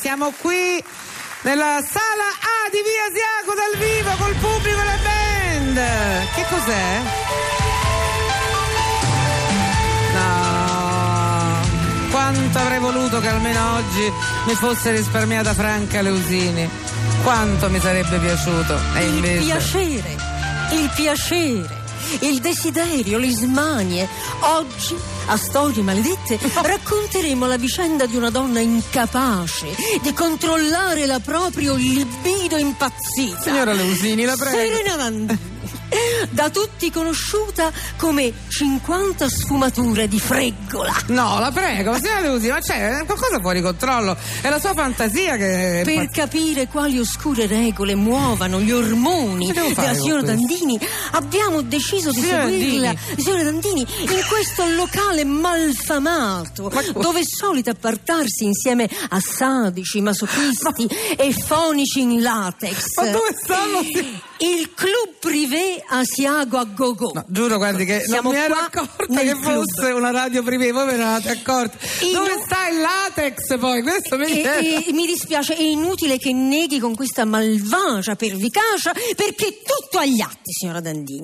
siamo qui nella sala A di Via Asiago dal vivo col pubblico e la band. Che cos'è? No, quanto avrei voluto che almeno oggi mi fosse risparmiata Franca Leusini, quanto mi sarebbe piaciuto. E invece... il piacere, il desiderio, le smanie. Oggi, a Storie Maledette, racconteremo la vicenda di una donna incapace di controllare la propria libido impazzita. Signora Leusini, la prego. Serena Landini, da tutti conosciuta come 50 sfumature di freggola. No, la prego, signora Leusini, ma c'è qualcosa fuori controllo. È la sua fantasia che... Per capire quali oscure regole muovano gli ormoni della signora Dandini, abbiamo deciso di seguirla, signora Dandini, in questo locale malfamato, dove è solita appartarsi insieme a sadici, masochisti e fonici in latex. Ma dove stanno? Il Club Privé Asiago a Gogo. No, giuro, guardi che siamo non mi ero accorta che fosse una radio privé, voi ve ne eravate accorti. Dove sta il latex poi? Questo mi dispiace, è inutile che neghi con questa malvagia pervicacia, perché è tutto agli atti, signora Dandini.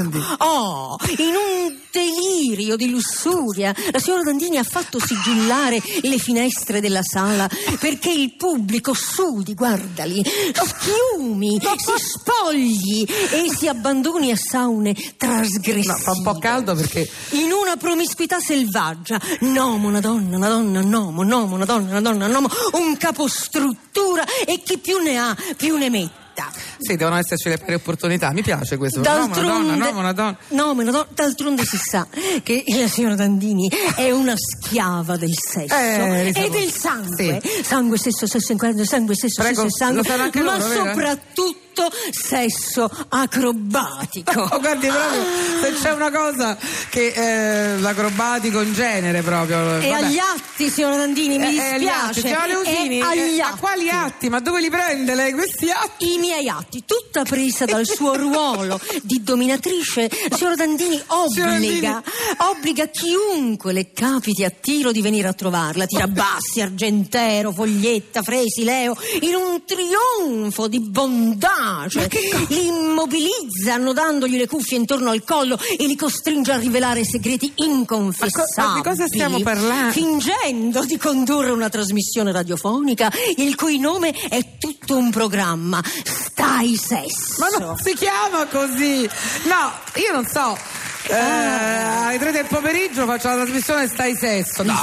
Ecco. In un delirio di lussuria, la signora Dandini ha fatto sigillare le finestre della sala perché il pubblico sudi, guardali, schiumi, si spogli e si abbandoni a saune trasgressive. No, fa un po' caldo perché... In una promiscuità selvaggia. Nomo una donna, nomo una donna, un capostruttura, e chi più ne ha più ne metta. Sì, devono esserci le pari opportunità, mi piace questo. D'altronde donna. D'altronde si sa che la signora Dandini è una schiava del sesso e del sangue. Sì. Sangue, sesso, Prego, sangue, lo sanno anche ma loro, soprattutto sesso acrobatico. Guardi, proprio se c'è una cosa che l'acrobatico in genere proprio. E agli atti, signora Dandini, mi dispiace. Signora Leusini, a quali atti? Ma dove li prende lei questi atti? I miei atti, tutta presa dal suo ruolo di dominatrice, la signora Dandini obbliga chiunque le capiti a tiro di venire a trovarla. Tirabassi, Argentero, Foglietta, Fresi, Leo, in un trionfo di bondaggio li immobilizza annodandogli le cuffie intorno al collo e li costringe a rivelare segreti inconfessabili. Ma di cosa stiamo parlando? Fingendo di condurre una trasmissione radiofonica il cui nome è tutto un programma. Stai Sesso. Ma non si chiama così. No, io non so. Alle 3 del pomeriggio faccio la trasmissione Stai Sesso. No,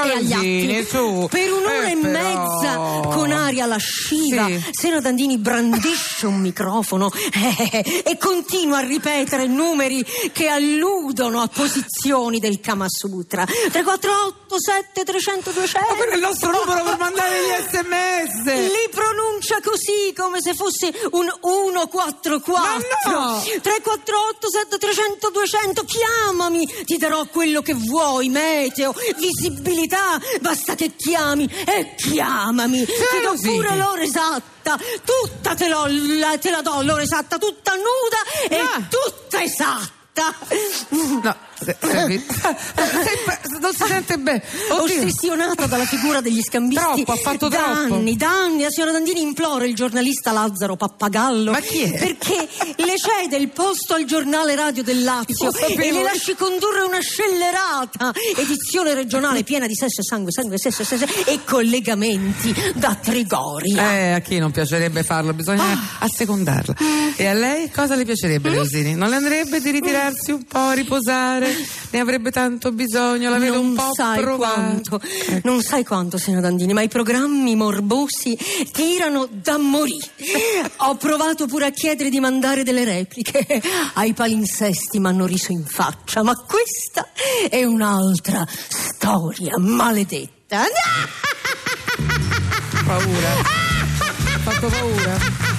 su. Per un'ora e mezza con aria lasciva, signora Dandini brandisce un microfono e continua a ripetere numeri che alludono a posizioni del Kama Sutra. 348 7 300 200. Ma quello è il nostro numero per mandare gli SMS. Li pronuncia così, come se fosse un 144. Ma no! 348 7 300 200. Chiamami, ti darò quello che vuoi, meteo, visibilità, basta che chiami e chiamami. Ti do pure l'ora esatta, tutta te la do l'ora esatta, tutta nuda e tutta esatta. No, non si sente bene. Ossessionata dalla figura degli scambisti. Ha fatto danni. La signora Dandini implora il giornalista Lazzaro Pappagallo. Ma chi è? Perché le cede il posto al giornale radio del Lazio e le lasci condurre una scellerata edizione regionale piena di sesso e sangue, sesso e collegamenti da Trigoria. A chi non piacerebbe farlo? Bisogna assecondarla. E a lei cosa le piacerebbe, Leusini? Non le andrebbe di ritirarsi un po', riposare? Ne avrebbe tanto bisogno, la vedo un po' provare. Non sai quanto, signora Dandini, ma i programmi morbosi tirano da morire. Ho provato pure a chiedere di mandare delle repliche ai palinsesti, mi hanno riso in faccia, ma questa è un'altra storia maledetta. Paura. Ho fatto paura.